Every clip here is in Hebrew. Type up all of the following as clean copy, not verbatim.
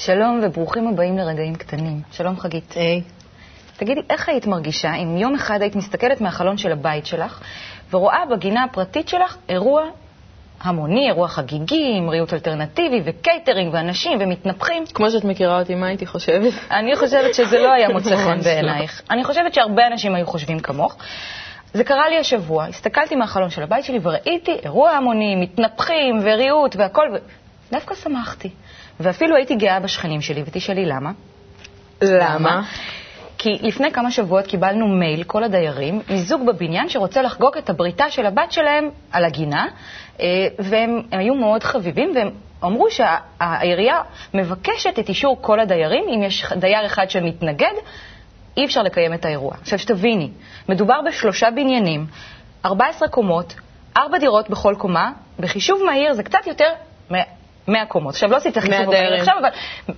שלום וברוכים הבאים לרגעים קטנים. שלום חגית. היי. תגידי, איך היית מרגישה אם יום אחד היית מסתכלת מהחלון של הבית שלך ורואה בגינה הפרטית שלך אירוע המוני, אירוע חגיגי, עם ריהוט אלטרנטיבי וקייטרינג ואנשים ומתנפחים? כמו שאת מכירה אותי, מה הייתי חושבת? אני חושבת שזה לא היה מוצא חן בעינייך. אני חושבת שהרבה אנשים היו חושבים כמוך. זה קרה לי השבוע. הסתכלתי מהחלון של הבית שלי וראיתי אירוע המוני, מתנפחים וריהוט והכל, ודווקא שמחתי. ואפילו הייתי גאה בשכנים שלי, ותשאלי למה? למה? כי לפני כמה שבועות קיבלנו מייל, כל הדיירים, מזוג בבניין שרוצה לחגוג את הבריתה של הבת שלהם על הגינה, והם היו מאוד חביבים, והם אמרו שהעירייה מבקשת את אישור כל הדיירים. אם יש דייר אחד שמתנגד, אי אפשר לקיים את האירוע. עכשיו שתביני, מדובר ב3 בניינים, 14 קומות, 4 דירות בכל קומה, בחישוב מהיר זה קצת יותר 100 קומות. עכשיו לא עשיתי את החישוב מהיר עכשיו, אבל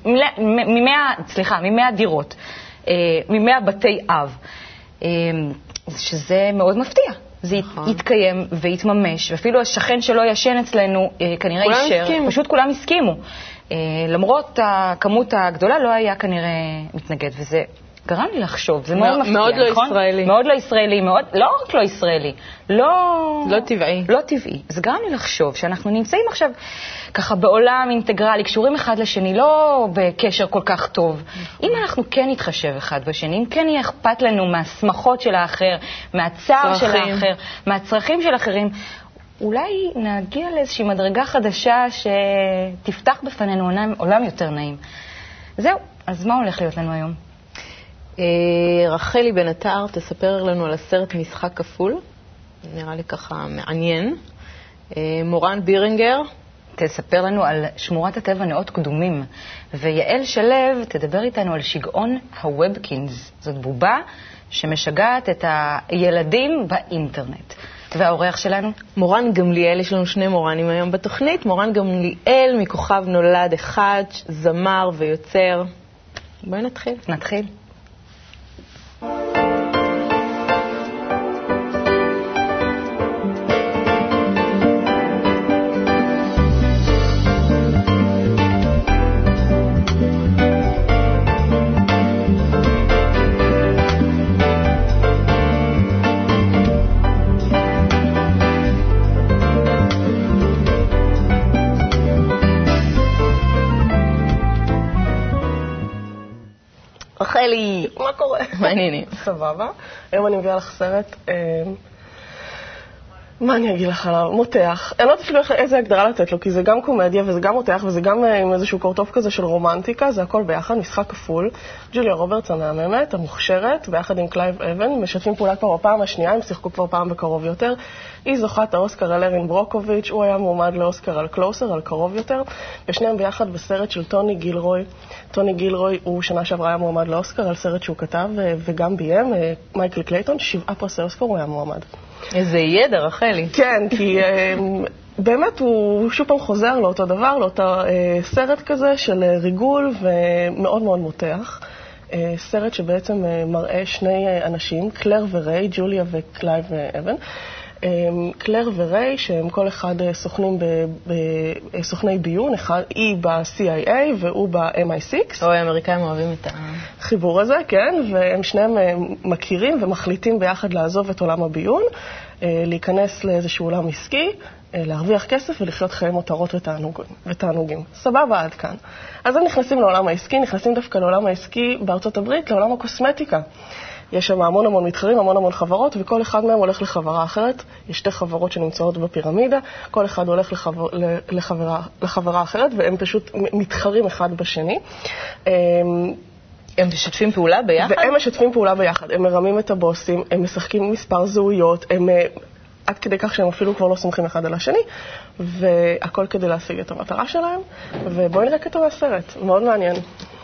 מ-100 דירות, מ-100 בתי אב, שזה מאוד מפתיע. זה יתקיים ויתממש, ואפילו השכן שלא ישן אצלנו כנראה אישר. פשוט כולם הסכימו. למרות הכמות הגדולה לא היה כנראה מתנגד, וזה גרם לי לחשוב, זה מאוד מפתיע, מאוד לא נכון? ישראלי. מאוד לא ישראלי, לא רק לא ישראלי, לא טבעי. לא טבעי. זה גרם לי לחשוב שאנחנו נמצאים עכשיו ככה בעולם אינטגרלי, קשורים אחד לשני, לא בקשר כל כך טוב. אם אנחנו כן נתחשב אחד בשני, אם כן יהיה אכפת לנו מהשמחות של האחר, מהצער של האחר, מהצרכים של אחרים, אולי נגיע לאיזושהי מדרגה חדשה שתפתח בפנינו עולם יותר נעים. זהו, אז מה הולך להיות לנו היום? רחלי בן עטר תספר לנו על הסרט משחק כפול, נראה לי ככה מעניין. מורן בירנגר תספר לנו על שמורת הטבע נאות קדומים, ויעל שלב תדבר איתנו על שגעון הוובקינס. זאת בובה שמשגעת את הילדים באינטרנט. והאורח שלנו? מורן גמליאל. יש לנו 2 מורנים היום בתוכנית. מורן גמליאל מכוכב נולד 1, זמר ויוצר. בואי נתחיל. רחלי, מה קורה? מה העניינים? סבבה. היום אני מביאה לך סרט, מה אני אגיד לך עליו? מותח. אני לא יודעת אפילו איזה הגדרה לתת לו, כי זה גם קומדיה וזה גם מותח וזה גם עם איזשהו קורטוב כזה של רומנטיקה, זה הכל ביחד, משחק כפול. ג'וליה רוברטס המהממת, המוכשרת, ביחד עם קלייב אבן, משתפים פעולה כבר בפעם השנייה, הם שיחקו כבר פעם בקרוב יותר. היא זוכת האוסקר על ארין ברוקוביץ', הוא היה מועמד לאוסקר על קלוסר, על קרוב יותר, ושניהם ביחד בסרט של טוני גילרוי. טוני גילרוי הוא שנה שעברה היה מועמד לאוסקר על סרט שהוא כתב וגם ביים, מייקל קלייטון, 7 פרסי אוסקר הוא היה מועמד. איזה ידע, רחלי. כן, כי באמת הוא שוב פעם חוזר לאותו דבר, לאותו סרט כזה של ריגול ומאוד מאוד מותח. סרט שבעצם מראה 2 אנשים, קלר וריי, ג'וליה וקלייב אבן. קלר וריי, שהם כל אחד סוכני ביון, היא ב-CIA והוא ב-MI6. האמריקאים אוהבים את החיבור הזה, כן, והם שניהם מכירים ומחליטים ביחד לעזוב את עולם הביון, להיכנס לאיזשהו עולם עסקי, להרוויח כסף ולחיות חיי מותרות ותענוגים. סבבה עד כאן. אז הם נכנסים לעולם העסקי, נכנסים דווקא לעולם העסקי בארצות הברית, לעולם הקוסמטיקה. יש שם המון מתחרים, המון חברות, וכל אחד מהם הולך לחברה אחרת. יש 2 חברות שנמצאות בפירמידה, כל אחד הולך לחברה אחרת, והם פשוט מתחרים אחד בשני. הם משתפים פעולה ביחד? והם משתפים פעולה ביחד. הם מרמים את הבוסים, הם משחקים מספר זהויות, הם עד כדי כך שהם אפילו כבר לא סומכים אחד על השני, והכל כדי להשיג את המטרה שלהם. ובואי נראה כתוב הסרט, מאוד מעניין.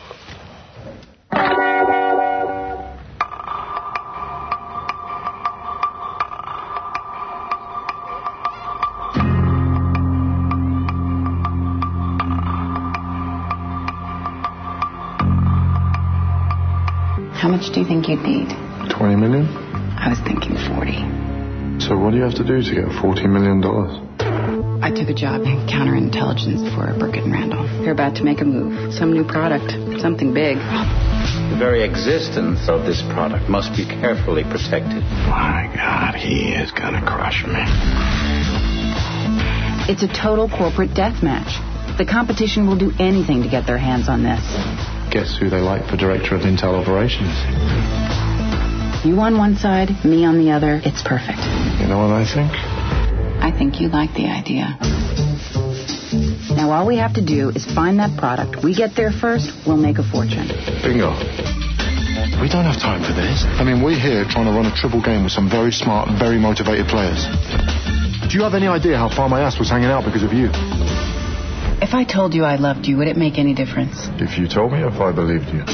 How much do you think you'd need? 20 million? I was thinking 40. So what do you have to do to get $40 million? I took a job in counterintelligence for Burkett & Randall. They're about to make a move. Some new product. Something big. The very existence of this product must be carefully protected. My God, he is gonna crush me. It's a total corporate death match. The competition will do anything to get their hands on this. Guess who they like for Director of Intel Operations? You on one side, me on the other. It's perfect. You know what I think? I think you like the idea. Now all we have to do is find that product. We get there first, we'll make a fortune. Bingo. We don't have time for this. I mean, we're here trying to run a triple game with some very smart, very motivated players. Do you have any idea how far my ass was hanging out because of you? If I told you I loved you, would it make any difference? If you told me, if I believed you.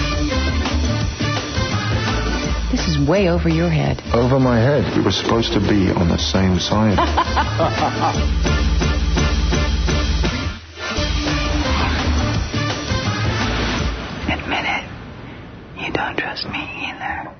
This is way over your head. Over my head. We were supposed to be on the same side. Admit it. You don't trust me either.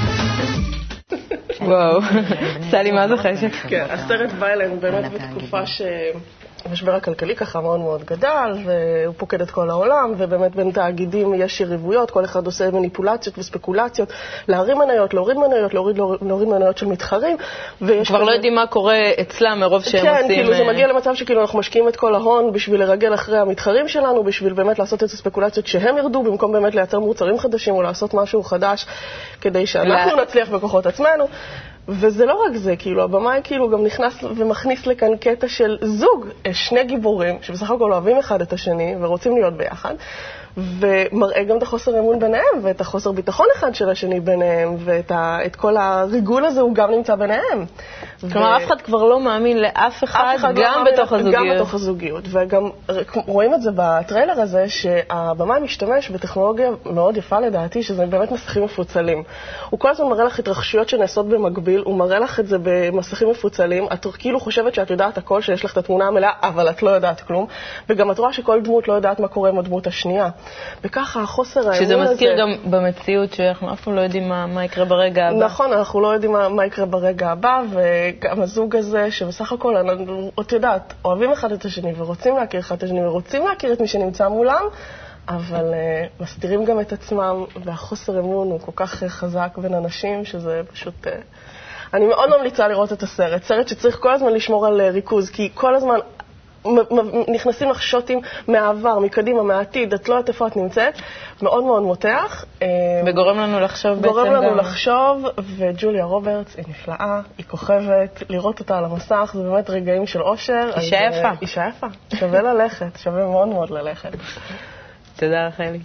וואו, סלי, מה זוכשת? כן, הסרט בא אלינו באמת בתקופה שהמשבר הכלכלי ככה מאוד מאוד גדל, והוא פוקד את כל העולם, ובאמת בין תאגידים יש יריבויות, כל אחד עושה מניפולציות וספקולציות, להרים מניות, להוריד מניות, להוריד מניות של מתחרים, כבר לא יודעים מה קורה אצלם מרוב שהם עושים... כן, כאילו זה מגיע למצב שכאילו אנחנו משקיעים את כל ההון בשביל לרגל אחרי המתחרים שלנו, בשביל באמת לעשות את הספקולציות שהם ירדו, במקום באמת לייצר מוצרים חדשים או לעשות משהו חדש, כדי שאנחנו נצליח בכוחות עצמנו. וזה לא רק זה, כאילו, הבמאי כאילו גם נכנס ומכניס לכאן קטע של זוג, שני גיבורים, שבסך הכל אוהבים אחד את השני ורוצים להיות ביחד, ומראה גם את החוסר אמון ביניהם, ואת החוסר ביטחון אחד של השני ביניהם, ואת כל הריגול הזה הוא גם נמצא ביניהם. כלומר, אף אחד כבר לא מאמין לאף אחד, גם בתוך הזוגיות. גם בתוך הזוגיות. וגם רואים את זה בטריילר הזה, שהבמאי משתמש בטכנולוגיה מאוד יפה לדעתי, שזה באמת מסכים מפוצלים. הוא כל הזמן מראה לך התרחשויות שנעשות במקביל, הוא מראה לך את זה במסכים מפוצלים, את כאילו חושבת שאת יודעת הכל, שיש לך את התמונה המלאה, אבל את לא יודעת כלום, וגם את רואה שכל דמות לא יודעת מה קורה עם הדמות השנייה. וככה החוסר האמון הזה... שזה מזכיר גם במציאות שאנחנו אף פעם לא יודעים מה יקרה ברגע הבא. נכון, אנחנו לא יודעים מה יקרה ברגע הבא, וגם הזוג הזה שבסך הכל, את יודעת, אוהבים אחד את השני ורוצים להכיר אחד את השני ורוצים להכיר את מי שנמצא מולם, אבל מסתירים גם את עצמם, והחוסר אמון הוא כל כך חזק בין אנשים, שזה פשוט... אני מאוד ממליצה לראות את הסרט. סרט שצריך כל הזמן לשמור על ריכוז, כי כל הזמן... נכנסים לך שוטים מהעבר, מקדימה, מהעתיד, את לא יודעת איפה את נמצאת, מאוד מאוד מותח. וגורם לנו לחשוב בעצם גם. גורם לנו לחשוב, וג'וליה רוברטס היא נפלאה, היא כוכבת, לראות אותה על המסך, זה באמת רגעים של אושר. אישה יפה. אישה יפה, שווה ללכת, שווה מאוד מאוד ללכת. תודה רחלי.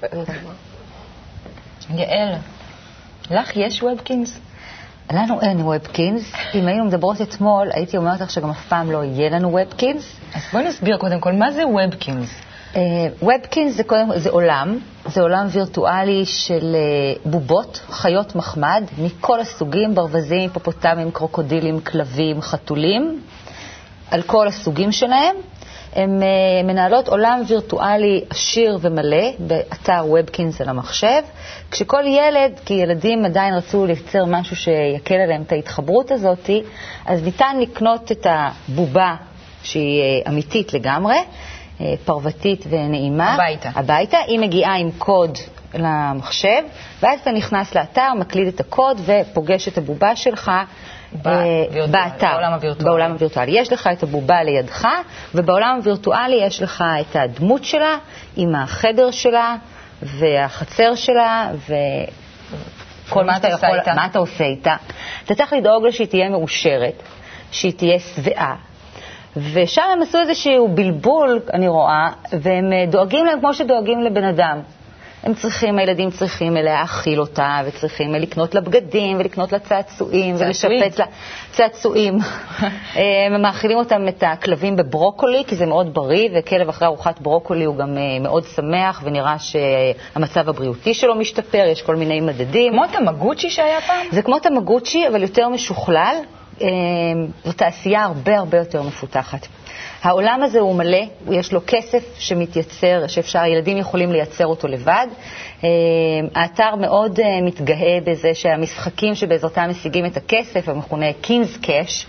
יעל, לך יש ובקינס? לנו אין ובקינס. אם היינו מדברות אתמול, הייתי אומרת לך שגם אף פעם לא יהיה לנו ובקינס. אז בואי נסביר קודם כל, מה זה ובקינס? ובקינס זה עולם, זה עולם וירטואלי של בובות, חיות מחמד, מכל הסוגים, ברווזים, היפופוטמים, קרוקודילים, כלבים, חתולים, על כל הסוגים שלהם. הן מנהלות עולם וירטואלי עשיר ומלא באתר ובקינס על המחשב, כשכל ילד, כי ילדים עדיין רצו לייצר משהו שיקל עליהם את ההתחברות הזאת, אז ניתן לקנות את הבובה שהיא אמיתית לגמרי, פרוותית ונעימה. הביתה. היא מגיעה עם קוד למחשב, ואז אתה נכנס לאתר, מקליד את הקוד ופוגש את הבובה שלך באתר, בעולם הווירטואלי. יש לך את הבובה לידך, ובעולם הווירטואלי יש לך את הדמות שלה, עם החדר שלה, והחצר שלה, וכל מה אתה עושה איתה. אתה צריך לדאוג לה שהיא תהיה מאושרת, שהיא תהיה שבעה. ושם הם עשו איזשהו בלבול, אני רואה, והם דואגים להם כמו שדואגים לבן אדם. הילדים צריכים להאכיל אותה, וצריכים לקנות לה בגדים, ולקנות לה צעצועים, ולשפץ לה צעצועים. הם מאכילים אותם את הכלבים בברוקולי, כי זה מאוד בריא, וכלב אחרי ארוחת ברוקולי הוא גם מאוד שמח, ונראה שהמצב הבריאותי שלו משתפר, יש כל מיני מדדים. כמו תמגוצ'י שהיה פעם? זה כמו תמגוצ'י, אבל יותר משוכלל. זו תעשייה הרבה הרבה יותר מפותחת. העולם הזה הוא מלא, יש לו כסף שמתייצר, ילדים יכולים לייצר אותו לבד. האתר מאוד מתגאה בזה שהמשחקים שבעזרתם משיגים את הכסף, המכונה קינס קאש,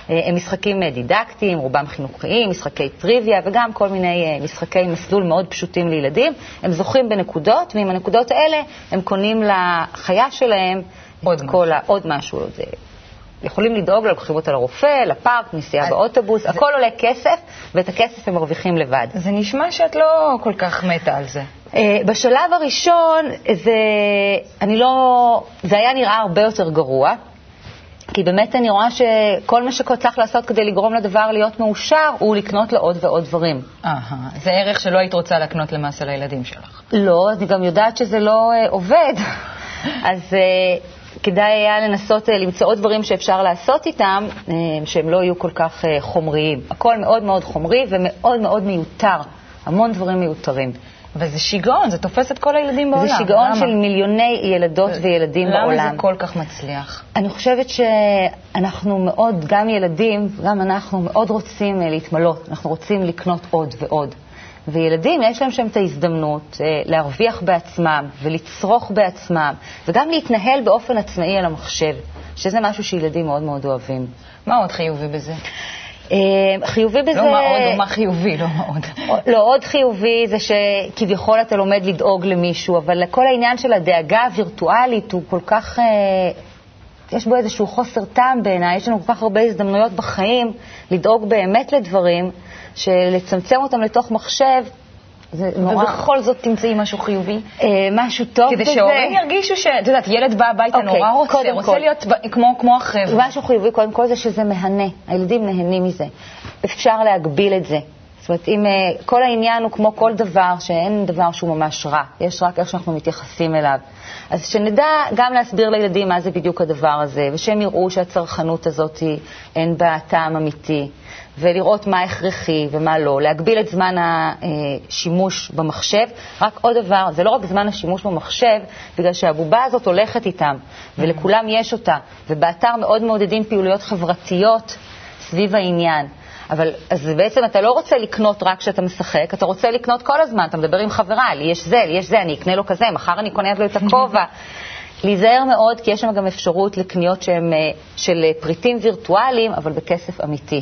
הם משחקים דידקטיים, רובם חינוכיים, משחקי טריוויה וגם כל מיני משחקי מסלול מאוד פשוטים לילדים. הם זוכים בנקודות, ועם הנקודות האלה הם קונים לחיה שלהם עוד משהו. יכולים לדאוג, לוקחים אותה לרופא, לפארק, נסיעה באוטובוס, הכל עולה כסף, ואת הכסף הם מרוויחים לבד. זה נשמע שאת לא כל כך מתה על זה. בשלב הראשון זה היה נראה הרבה יותר גרוע, כי באמת אני רואה שכל מה שצריך לעשות כדי לגרום לדבר להיות מאושר הוא לקנות לו עוד ועוד דברים. זה ערך שלא היית רוצה לקנות למעשה לילדים שלך. לא, אני גם יודעת שזה לא עובד. אז כדאי היה לנסות למצוא עוד דברים שאפשר לעשות איתם, שהם לא יהיו כל כך חומריים. הכל מאוד מאוד חומרי ומאוד מאוד מיותר. המון דברים מיותרים. וזה שיגעון, זה תופס את כל הילדים בעולם. זה שיגעון של מיליוני ילדות וילדים בעולם. למה זה כל כך מצליח? אני חושבת שאנחנו מאוד, גם ילדים, גם אנחנו מאוד רוצים להתמלות. אנחנו רוצים לקנות עוד ועוד. וילדים יש להם שם את ההזדמנות להרוויח בעצמם ולצרוך בעצמם, וגם להתנהל באופן עצמאי על המחשב, שזה משהו שילדים מאוד מאוד אוהבים. מה עוד חיובי בזה? חיובי בזה... לא מה עוד או מה חיובי, לא מה עוד. לא, עוד חיובי זה שכביכול אתה לומד לדאוג למישהו, אבל כל העניין של הדאגה הווירטואלית הוא כל כך... יש בו איזשהו חוסר טעם בעיניי, יש לנו כל כך הרבה הזדמנויות בחיים לדאוג באמת לדברים, שלצמצם אותם לתוך מחשב, זה נורא... ובכל זאת תמצאי משהו חיובי? משהו טוב בזה. כדי שהורים ירגישו את יודעת, ילד בא הביתה נורא רוצה להיות כמו החבר'ה. משהו חיובי, קודם כל זה שזה מהנה. הילדים נהנים מזה. אפשר להגביל את זה. זאת אומרת, אם כל העניין הוא כמו כל דבר, שאין דבר שהוא ממש רע. יש רק איך שאנחנו מתייחסים אליו. אז שנדע גם להסביר לילדים מה זה בדיוק הדבר הזה, ושהם יראו שהצרכנות הזאת אין בה טעם אמיתי. ולראות מה הכרחי ומה לא, להגביל את זמן השימוש במחשב. רק עוד דבר, זה לא רק זמן השימוש במחשב, בגלל שהבובה הזאת הולכת איתם, ולכולם יש אותה, ובאתר מאוד מעודדים פעילויות חברתיות סביב העניין. אבל אז בעצם אתה לא רוצה לקנות רק כשאתה משחק, אתה רוצה לקנות כל הזמן, אתה מדבר עם חברה, לי יש זה, אני אקנה לו כזה, מחר אני קונה לו את הכובע. להיזהר מאוד, כי יש שם גם אפשרות לקניות שהן של פריטים וירטואליים, אבל בכסף אמיתי.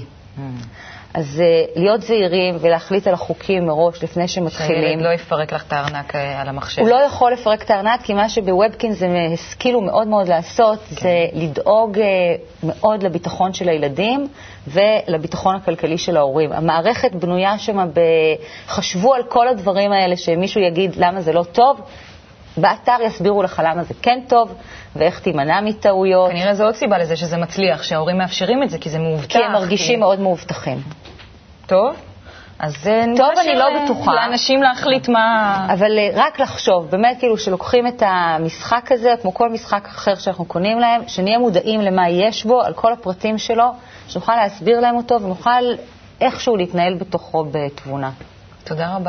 אז להיות זהירים ולהחליט על החוקים מראש לפני שמתחילים. שהילד לא יפרק לך את הארנק על המחשב. הוא לא יכול לפרק את הארנק, כי מה שבוובקין זה השכילו מאוד מאוד לעשות, זה לדאוג מאוד לביטחון של הילדים ולביטחון הכלכלי של ההורים. המערכת בנויה שם, חשבו על כל הדברים האלה שמישהו יגיד למה זה לא טוב, באתר יסבירו לך למה זה כן טוב, ואיך תימנע מטעויות. כנראה זו עוד סיבה לזה שזה מצליח, שההורים מאפשרים את זה, כי זה מאובטח. כי הם מרגישים מאוד מאובטחים. טוב? אז זה טוב, אני לא בטוחה. לאנשים להחליט מה... אבל רק לחשוב, באמת כאילו שלוקחים את המשחק הזה, כמו כל משחק אחר שאנחנו קונים להם, שנהיה מודעים למה יש בו, על כל הפרטים שלו, שנוכל להסביר להם אותו, ונוכל איכשהו להתנהל בתוכו בתבונה. תודה רבה.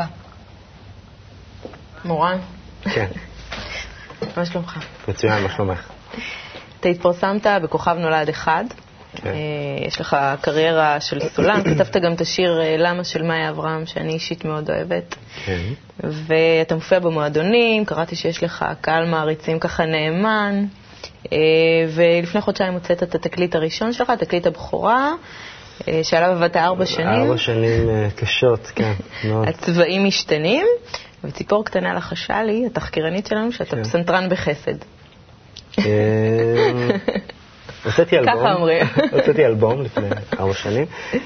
מורן? כן. מה שלומך? מצוין, מה שלומך? אתה התפרסמת בכוכב נולד אחד. כן. יש לך קריירה של סולן, כתבת גם את השיר למה של מאיה אברהם, שאני אישית מאוד אוהבת. כן. ואתה מופיע במועדונים, קראתי שיש לך קהל מעריצים ככה נאמן, ולפני חודשיים הוצאת את התקליט הראשון שלך, תקליט הבכורה, שעליו עבדת 4 שנים. 4 שנים קשות, כן. הצבעים משתנים. וציפור קטנה לחשה לי, התחקירנית שלנו, שאתה פסנתרן בחסד. הוצאתי אלבום. ככה אומרים. הוצאתי אלבום לפני 4 שנים.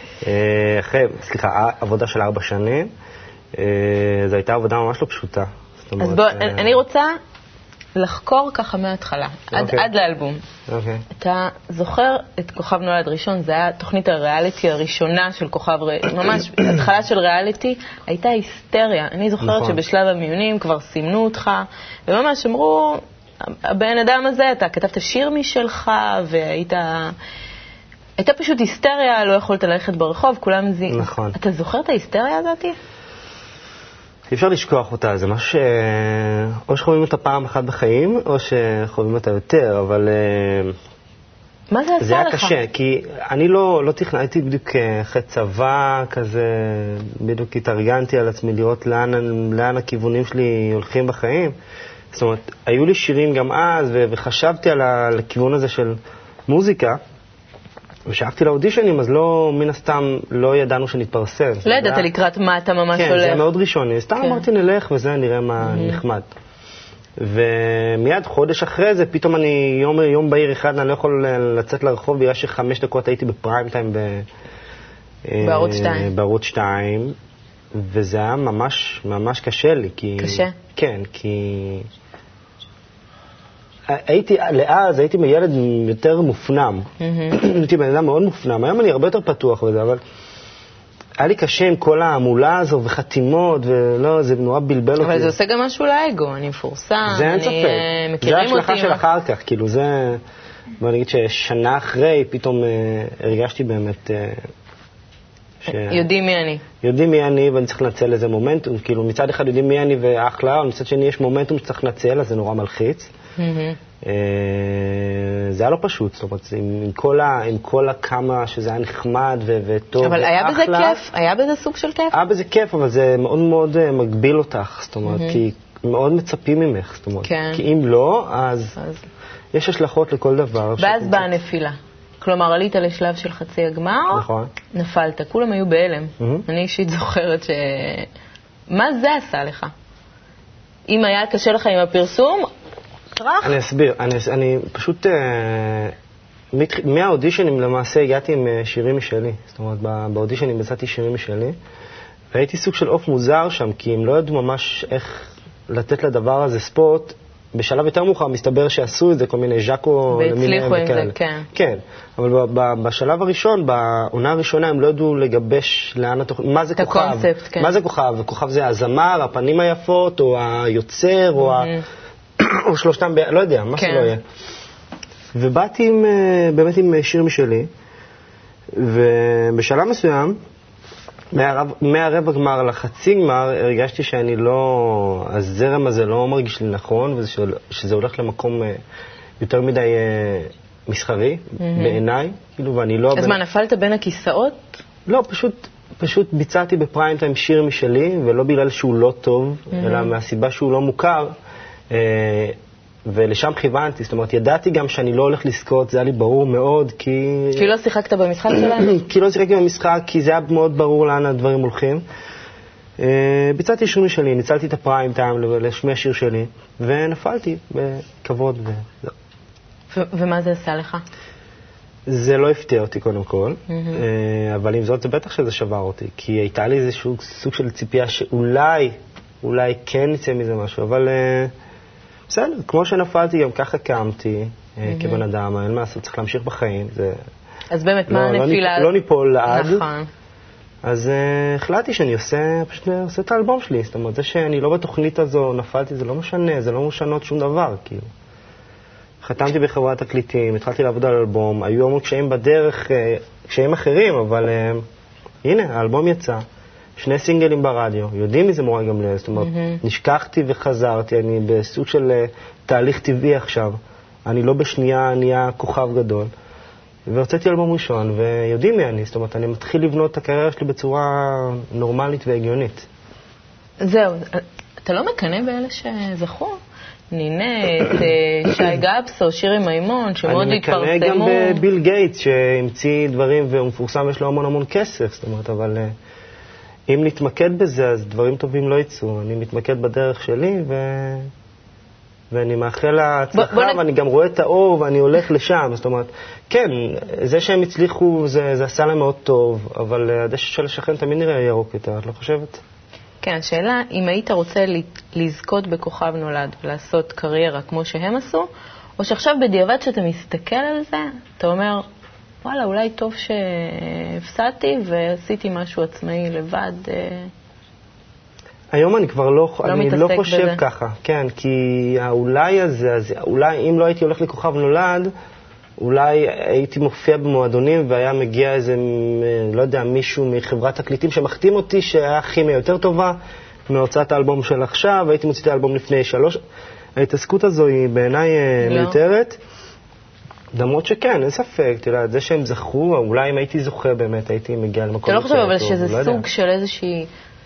עבודה של 4 שנים. זו הייתה עבודה ממש לא פשוטה. אז בוא, אני רוצה לחקור ככה מההתחלה, עד לאלבום. אתה זוכר את כוכב נולד ראשון, זה היה תוכנית הריאליטי הראשונה של כוכב, ממש התחלה של ריאליטי, הייתה היסטריה. אני זוכרת שבשלב המיונים כבר סימנו אותך, וממש אמרו, הבן אדם הזה, אתה כתבת שיר משלך, והייתה פשוט היסטריה, לא יכולת ללכת ברחוב, כולם זה... נכון. אתה זוכר את ההיסטריה הזאת? אי אפשר לשכוח אותה, זה משהו או שחווים אותה פעם אחת בחיים, או שחווים אותה יותר, אבל... מה זה עשה לך? זה היה קשה, כי אני לא תכננתי בדיוק אחרי צבא כזה, בדיוק התארגנתי על עצמי לראות לאן הכיוונים שלי הולכים בחיים. זאת אומרת, היו לי שירים גם אז, וחשבתי על הכיוון הזה של מוזיקה, ושאפתי לאודישנים, אז לא, מן הסתם, לא ידענו שנתפרסם. לא ידעת לקראת מה אתה ממש הולך. כן, זה היה מאוד ראשוני. סתם אמרתי נלך וזה נראה מה נחמד. ומיד חודש אחרי זה, פתאום אני יום בהיר אחד, אני לא יכול לצאת לרחוב, בגלל ש5 דקות הייתי בפריים טיים בערוץ 2, וזה היה ממש, ממש קשה לי. קשה? כן, כי הייתי ילד יותר מופנם. הייתי בן אדם מאוד מופנם. היום אני הרבה יותר פתוח וזה, אבל היה לי קשה עם כל העמולה הזו וחתימות, ולא, זה נורא בלבל אותי. אבל זה עושה גם משהו לאגו, אני מפורסם, זה אין ספק. מכירים אותי. זה ההשלכה של אחר כך, כאילו זה, בוא נגיד ששנה אחרי, פתאום הרגשתי באמת יודעים מי אני. יודעים מי אני ואני צריך לנצל איזה מומנטום, כאילו מצד אחד יודעים מי אני ואחלה, אבל מצד שני יש מומנטום שצריך לנצל, אז זה נורא מלחיץ. זה היה לא פשוט, זאת אומרת, עם כל הכמה שזה היה נחמד וטוב אבל היה בזה כיף? היה בזה סוג של כיף? היה בזה כיף, אבל זה מאוד מאוד מגביל אותך, זאת אומרת, כי מאוד מצפים ממך, זאת אומרת, כי אם לא, אז יש השלכות לכל דבר. ואז באה הנפילה. כלומר, עלית לשלב של חצי הגמר, נכון. נפלת, כולם היו בהלם. אני אישית זוכרת מה זה עשה לך? אם היה קשה לך עם הפרסום, טרח? אני אסביר, אני פשוט, מהאודישנים למעשה הגעתי עם שירים משלי. זאת אומרת, באודישנים מצאתי שירים משלי, והייתי סוג של אוף מוזר שם, כי הם לא ידעו ממש איך לתת לדבר הזה ספוט. בשלב יותר מאוחר מסתבר שעשו את זה, כל מיני ז'קו והצליחו עם זה, כן. כן, אבל בשלב הראשון, בעונה הראשונה, הם לא ידעו לגבש לאן מה זה כוכב. הקונספט, כן. מה זה כוכב? כוכב זה הזמר, הפנים היפות, או היוצר, או שלושתם, לא יודע, מה שלא יהיה. ובאתי באמת עם שיר משלי, ובשלב מסוים, מהרבע גמר לחצי גמר, הרגשתי שאני לא, הזרם הזה לא מרגיש לי נכון, ושזה הולך למקום יותר מדי מסחרי, בעיניי, כאילו, ואני לא... אז מה, נפלת בין הכיסאות? לא, פשוט ביצעתי בפריים טיים שיר משלי, ולא בגלל שהוא לא טוב, אלא מהסיבה שהוא לא מוכר, ולשם כיוונתי, זאת אומרת, ידעתי גם שאני לא הולך לזכות, זה היה לי ברור מאוד, כי... כי לא שיחקת במשחק שלהם? כי לא שיחקתי במשחק, כי זה היה מאוד ברור לאן הדברים הולכים. ביצעתי שיר משלי, ניצלתי את הפריים טיים לשמי השיר שלי, ונפלתי בכבוד וזהו. ומה זה עשה לך? זה לא הפתיע אותי קודם כל, אבל עם זאת זה בטח שזה שבר אותי, כי הייתה לי איזשהו סוג של ציפייה שאולי כן יצא מזה משהו, אבל... בסדר, כמו שנפלתי, גם ככה קמתי כבן אדם, אין מה לעשות, צריך להמשיך בחיים. אז באמת, מה הנפילה? לא ניפול לעד. נכון. אז החלטתי שאני פשוט עושה את האלבום שלי. זאת אומרת, זה שאני לא בתוכנית הזו נפלתי, זה לא משנה, זה לא משנות שום דבר, כאילו. חתמתי בחברת תקליטים, התחלתי לעבוד על אלבום, היו המון קשיים בדרך, קשיים אחרים, אבל הנה, האלבום יצא. 2 סינגלים ברדיו, יודעים מזה מורה גמליאל, זאת אומרת, נשכחתי וחזרתי, אני בסוג של תהליך טבעי עכשיו, אני לא בשנייה נהיה כוכב גדול, והוצאתי אלבום ראשון, ויודעים מי אני, זאת אומרת, אני מתחיל לבנות את הקריירה שלי בצורה נורמלית והגיונית. זהו, אתה לא מקנא באלה שזכו? נינת, שי גפסו, שירי מימון, שמאוד התפרסמו. אני מקנא גם בביל גייטס, שהמציא דברים והוא מפורסם, יש לו המון כסף, זאת אומרת, אבל... אם נתמקד בזה, אז דברים טובים לא יצאו. אני מתמקד בדרך שלי, ואני מאחל להצלחה, ואני גם רואה את האור, ואני הולך לשם. זאת אומרת, כן, זה שהם הצליחו, זה עשה להם מאוד טוב, אבל הדשא של השכן תמיד נראה ירוק יותר, את לא חושבת? כן, השאלה, אם היית רוצה לזכות בכוכב נולד, ולעשות קריירה כמו שהם עשו, או שעכשיו בדיעבד שאתה מסתכל על זה, אתה אומר... וואלה, אולי טוב שהפסדתי ועשיתי משהו עצמאי לבד. היום אני כבר לא חושב בזה. ככה, כן, כי האולי הזה, אולי אם לא הייתי הולך לכוכב נולד, אולי הייתי מופיע במועדונים והיה מגיע איזה, לא יודע, מישהו מחברת תקליטים שמחתים אותי שהיה כימיה יותר טובה מהוצאת האלבום של עכשיו, הייתי מוציא את האלבום לפני 3. ההתעסקות הזו היא בעיניי מיותרת. למרות שכן, אין ספק, תראה, זה שהם זכו, אולי אם הייתי זוכה באמת, הייתי מגיע למקום... אתה לא חושב אבל שזה סוג של איזושהי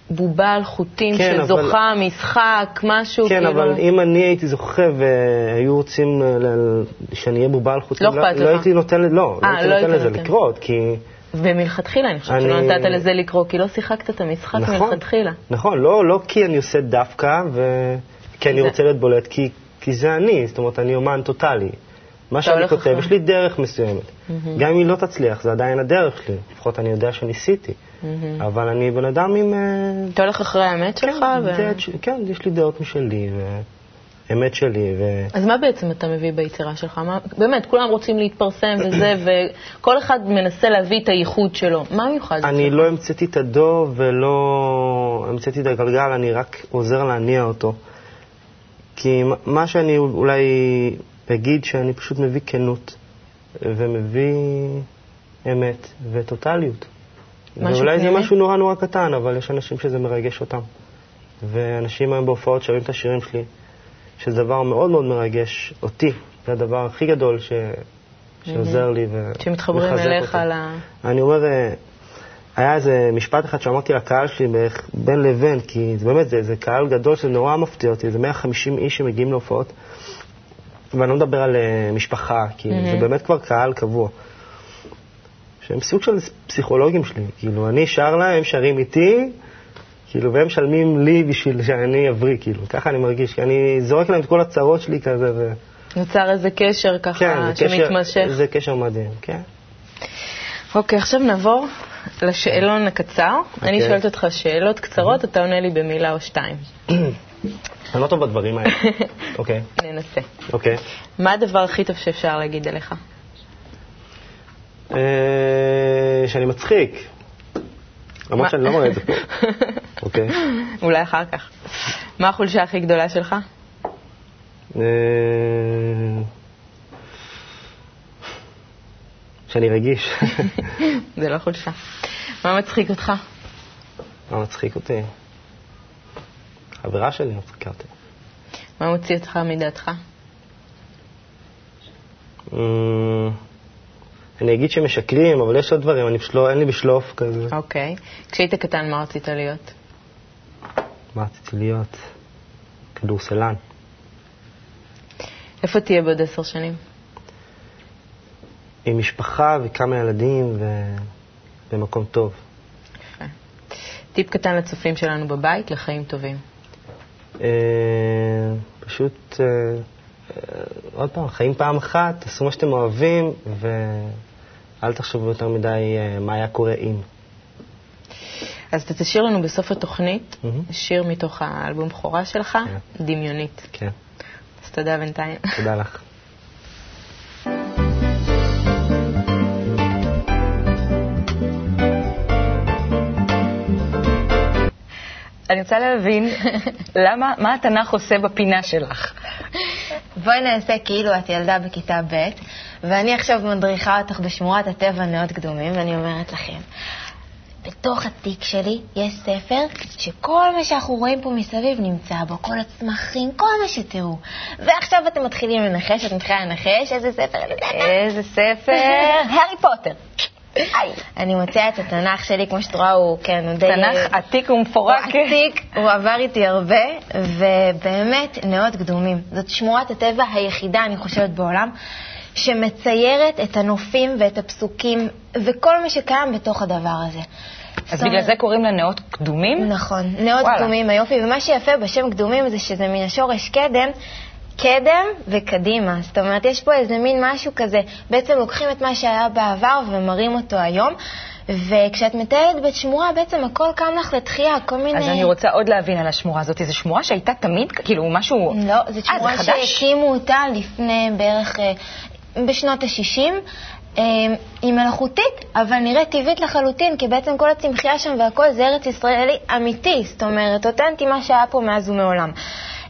בובה על חוטים שזוכה משחק, משהו כן, כאילו... אבל אם אני הייתי זוכה והיו רוצים שאני אהיה בובה על חוטים, לא הייתי נותן לזה לקרות, כי... ומלכתחילה, אני חושבת שלא נתת לזה לקרוא, כי לא שיחקת את המשחק מלכתחילה. נכון, לא כי אני עושה דווקא, וכי אני רוצה להיות בולט, כי זה אני, זאת אומרת, אני אומן טוטלי. מה שאני כותב, יש לי דרך מסוימת. גם אם היא לא תצליח, זה עדיין הדרך שלי. לפחות אני יודע שניסיתי. אבל אני בן אדם עם... אתה הולך אחרי האמת שלך? כן, יש לי דעות משלי, ואמת שלי. אז מה בעצם אתה מביא ביצירה שלך? באמת, כולם רוצים להתפרסם וזה, וכל אחד מנסה להביא את הייחוד שלו. מה מיוחד? אני לא המצאתי את הדוב ולא המצאתי את הגלגל, אני רק עוזר להניע אותו. כי מה שאני אולי אגיד, שאני פשוט מביא כנות, ומביא אמת וטוטליות. ואולי זה משהו נורא נורא קטן, אבל יש אנשים שזה מרגש אותם. ואנשים היום בהופעות שרים את השירים שלי, שזה דבר מאוד מאוד מרגש אותי. זה הדבר הכי גדול שעוזר לי ומחזק אותי. שמתחברים אליך אני אומר, היה איזה משפט אחד שאמרתי לקהל שלי בין לבין, כי זה באמת, זה קהל גדול שנורא מפתיע אותי, זה 150 איש שמגיעים להופעות, ואני לא מדבר על משפחה, כי זה באמת כבר קהל קבוע. שהם סוג של פסיכולוגים שלי, כאילו, אני שר להם, הם שרים איתי, כאילו, והם משלמים לי בשביל שאני אבריא, כאילו, ככה אני מרגיש, כי אני זורק להם את כל הצרות שלי כזה, נוצר איזה קשר ככה, כן, שמתמשך. זה קשר מדהים, כן. אוקיי, עכשיו נעבור לשאלון הקצר. אני שואלת אותך שאלות קצרות, אתה עונה לי במילה או שתיים. אני לא טוב בדברים האלה. אוקיי. ננסה. אוקיי. מה הדבר הכי טוב שאפשר להגיד עליך? שאני מצחיק. למרות שאני לא רואה את זה פה. אוקיי. אולי אחר כך. מה החולשה הכי גדולה שלך? שאני רגיש. זה לא חולשה. מה מצחיק אותך? מה מצחיק אותי? חברה שלי מצחיקה אותי. מה מוציא אותך מדעתך? אני אגיד שמשקרים, אבל יש עוד דברים, אין לי בשלוף כזה. אוקיי. כשהיית קטן, מה רצית להיות? מה רציתי להיות? כדורסלן. איפה תהיה בעוד 10 שנים? עם משפחה וכמה ילדים ובמקום טוב. יפה. טיפ קטן לצופים שלנו בבית, לחיים טובים. פשוט, עוד פעם, חיים פעם אחת, תעשו מה שאתם אוהבים, ואל תחשבו יותר מדי מה היה קורה אם. אז אתה תשאיר לנו בסוף התוכנית, שיר מתוך האלבום בכורה שלך, דמיונית. כן. אז תודה בינתיים. תודה לך. אני רוצה להבין מה התנ"ך עושה בפינה שלך. בואי נעשה כאילו את ילדה בכיתה ב' ואני עכשיו מדריכה אותך בשמורת הטבע נאות קדומים, ואני אומרת לכם, בתוך התיק שלי יש ספר שכל מה שאנחנו רואים פה מסביב נמצא בו, כל הצמחים, כל מה שתראו. ועכשיו אתם מתחילים לנחש, אתם מתחילים לנחש איזה ספר? איזה ספר? הארי פוטר. אני מוצאה את התנ"ך שלי, כמו שאת רואה, הוא די... תנ"ך עתיק ומפורק. הוא עתיק, הוא עבר איתי הרבה, ובאמת נאות קדומים. זאת שמורת הטבע היחידה, אני חושבת, בעולם, שמציירת את הנופים ואת הפסוקים, וכל מה שקיים בתוך הדבר הזה. אז בגלל זה קוראים לה נאות קדומים? נכון, נאות קדומים, היופי. ומה שיפה בשם קדומים זה שזה מן השורש קדם וקדימה. זאת אומרת, יש פה איזה מין משהו כזה, בעצם לוקחים את מה שהיה בעבר ומראים אותו היום, וכשאת מטיילת בשמורה, בעצם הכל קם לך לתחייה, כל מיני... אז אני רוצה עוד להבין על השמורה הזאת. זו שמורה שהייתה תמיד, כאילו משהו... לא, זו שמורה שהקימו אותה לפני בערך בשנות ה-60, היא מלאכותית, אבל נראית טבעית לחלוטין, כי בעצם כל הצמחייה שם והכל זה ארץ ישראלי אמיתי, זאת אומרת, אותנטי מה שהיה פה מאז ומעולם.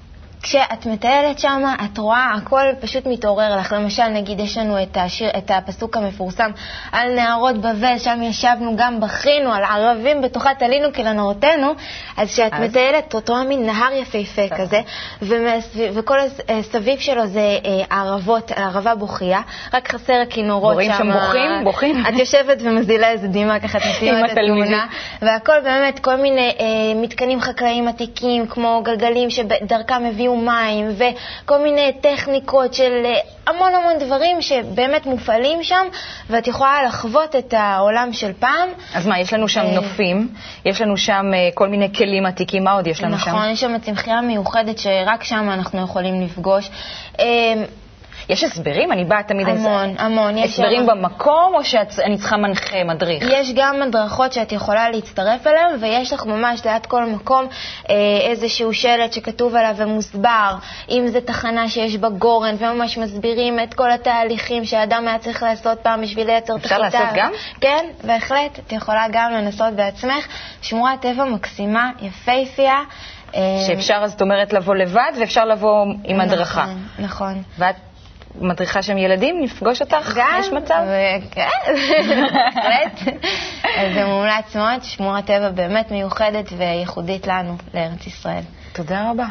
כשאת מטיילת שם, את רואה, הכל פשוט מתעורר לך. למשל, נגיד, יש לנו את הפסוק המפורסם על נהרות בבל, שם ישבנו גם בכינו, על ערבים בתוכה תלינו כלנורותינו, אז כשאת מטיילת, את רואה מין נהר יפהפה כזה, וכל הסביב שלו זה ערבות, ערבה בוכייה, רק חסר הכינורות שם. בוכים? את יושבת ומזילה איזה דימה, ככה תשימה את התמונה, והכל באמת, כל מיני מתקנים חקלאיים עתיקים, כמו גלגלים שדרכם הביאו מים, וכל מיני טכניקות של המון דברים שבאמת מופעלים שם, ואת יכולה לחוות את העולם של פעם. אז מה, יש לנו שם נופים, יש לנו שם כל מיני כלים עתיקים, מה עוד יש לנו שם? נכון, יש שם צמחייה מיוחדת שרק שם אנחנו יכולים לפגוש. יש הסברים? אני באה תמיד... המון. הסברים במקום, או שאני צריכה מנחה, מדריך? יש גם מדרכות שאת יכולה להצטרף אליהם, ויש לך ממש ליד כל מקום איזשהו שלט שכתוב עליו ומוסבר, אם זה תחנה שיש בה גורן, וממש מסבירים את כל התהליכים שהאדם היה צריך לעשות פעם בשביל לייצר את החיטה. אפשר לעשות גם? כן, בהחלט. את יכולה גם לנסות בעצמך. שמורת טבע מקסימה, יפהפייה. שאפשר, אז זאת אומרת, לבוא לבד, ואפשר לבוא עם הדרכה. נכון. ואת מדריכה שם ילדים, נפגוש אותך? גם. יש מצב? כן, בהחלט. אז זה מומלץ מאוד, שמורת טבע באמת מיוחדת וייחודית לנו, לארץ ישראל. תודה רבה.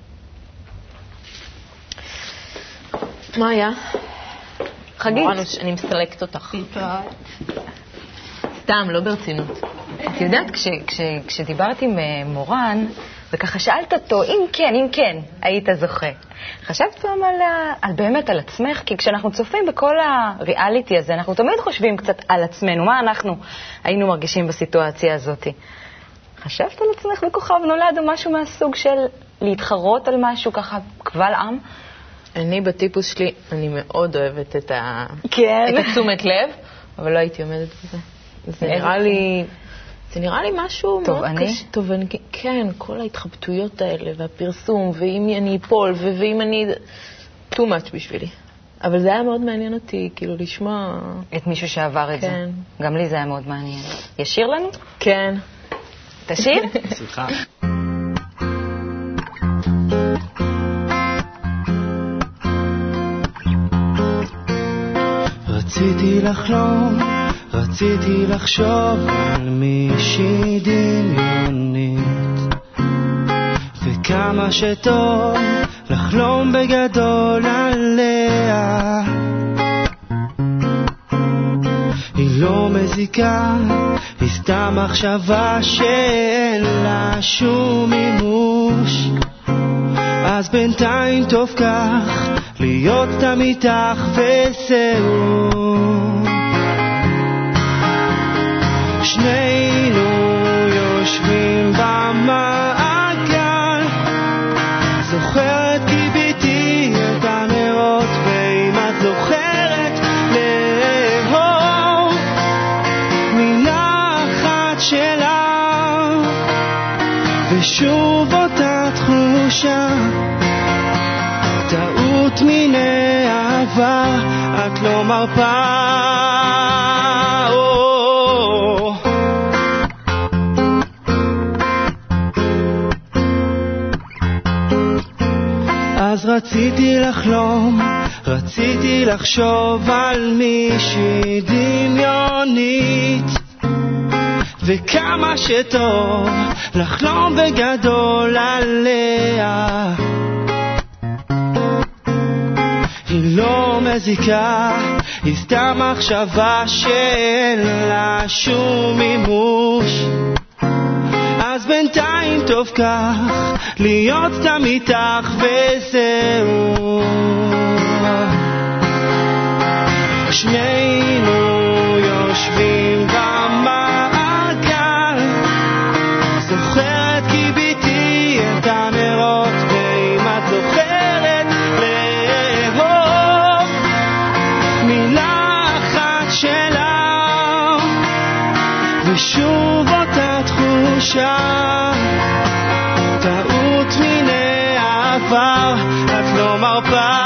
מה היה? חגית. אני מסלקת אותך. סתם, לא ברצינות. את יודעת, כשדיברתי עם מורן, וככה שאלת אותו, אם כן, היית זוכה. חשבת פעם באמת על עצמך? כי כשאנחנו צופים בכל הריאליטי הזה, אנחנו תמיד חושבים קצת על עצמנו, מה אנחנו היינו מרגישים בסיטואציה הזאת. חשבת על עצמך בכוכב נולד או משהו מהסוג של להתחרות על משהו ככה קבל עם? אני בטיפוס שלי, אני מאוד אוהבת את התשומת לב, אבל לא הייתי עומדת בזה. זה נראה לי משהו מאוד קשה. תובעני. כן, כל ההתחבטויות האלה והפרסום, ואם אני אפול, ואם אני... too much בשבילי. אבל זה היה מאוד מעניין אותי, כאילו, לשמוע... את מישהו שעבר את זה. כן. גם לי זה היה מאוד מעניין. ישיר לנו? כן. תשיר? סליחה. רציתי לחלום, רציתי לחשוב על מישהי דמיונית, וכמה שטוב לחלום בגדול עליה. היא לא מזיקה, היא סתם מחשבה שאין לה שום מימוש, אז בינתיים טוב כך להיות סתם איתך וזהו. שנינו יושבים במעגל, זוכרת כי ביתי את הנרות, ואם את זוכרת לאהוב מילה אחת שלה, ושוב אותה תחושה, טעות מן העבר, את לא מרפה. אז רציתי לחלום, רציתי לחשוב על מישהי דמיונית, וכמה שטוב לחלום בגדול עליה. היא לא מזיקה, היא סתם מחשבה שאין לה שום מימוש, אז בינתיים טוב כך להיות סתם איתך וזהו. שנינו יושבים במעגל, זוכרת כי ביתי את הנרות, ואם את זוכרת לאהוב מילה אחת שלה, ושוב אותה תחושה, טעות מן העבר, את לא מרפה.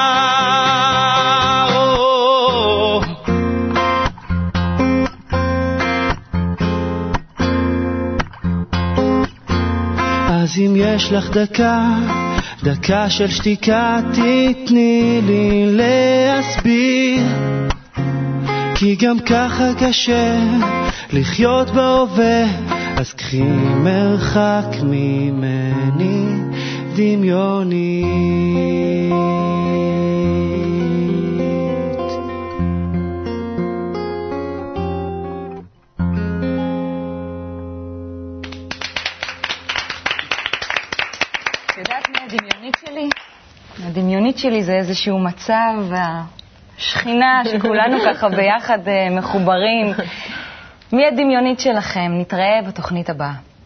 אז אם יש לך דקה דקה של שתיקה תתני לי להסביר, כי גם ככה קשה לחיות בהווה, אז קחי מרחק ממני דמיונית. יודעת מי הדמיונית שלי? הדמיונית שלי זה איזשהו מצב, השכינה שכולנו ככה ביחד מחוברים. מי הדמיונית שלכם? נתראה בתוכנית הבאה.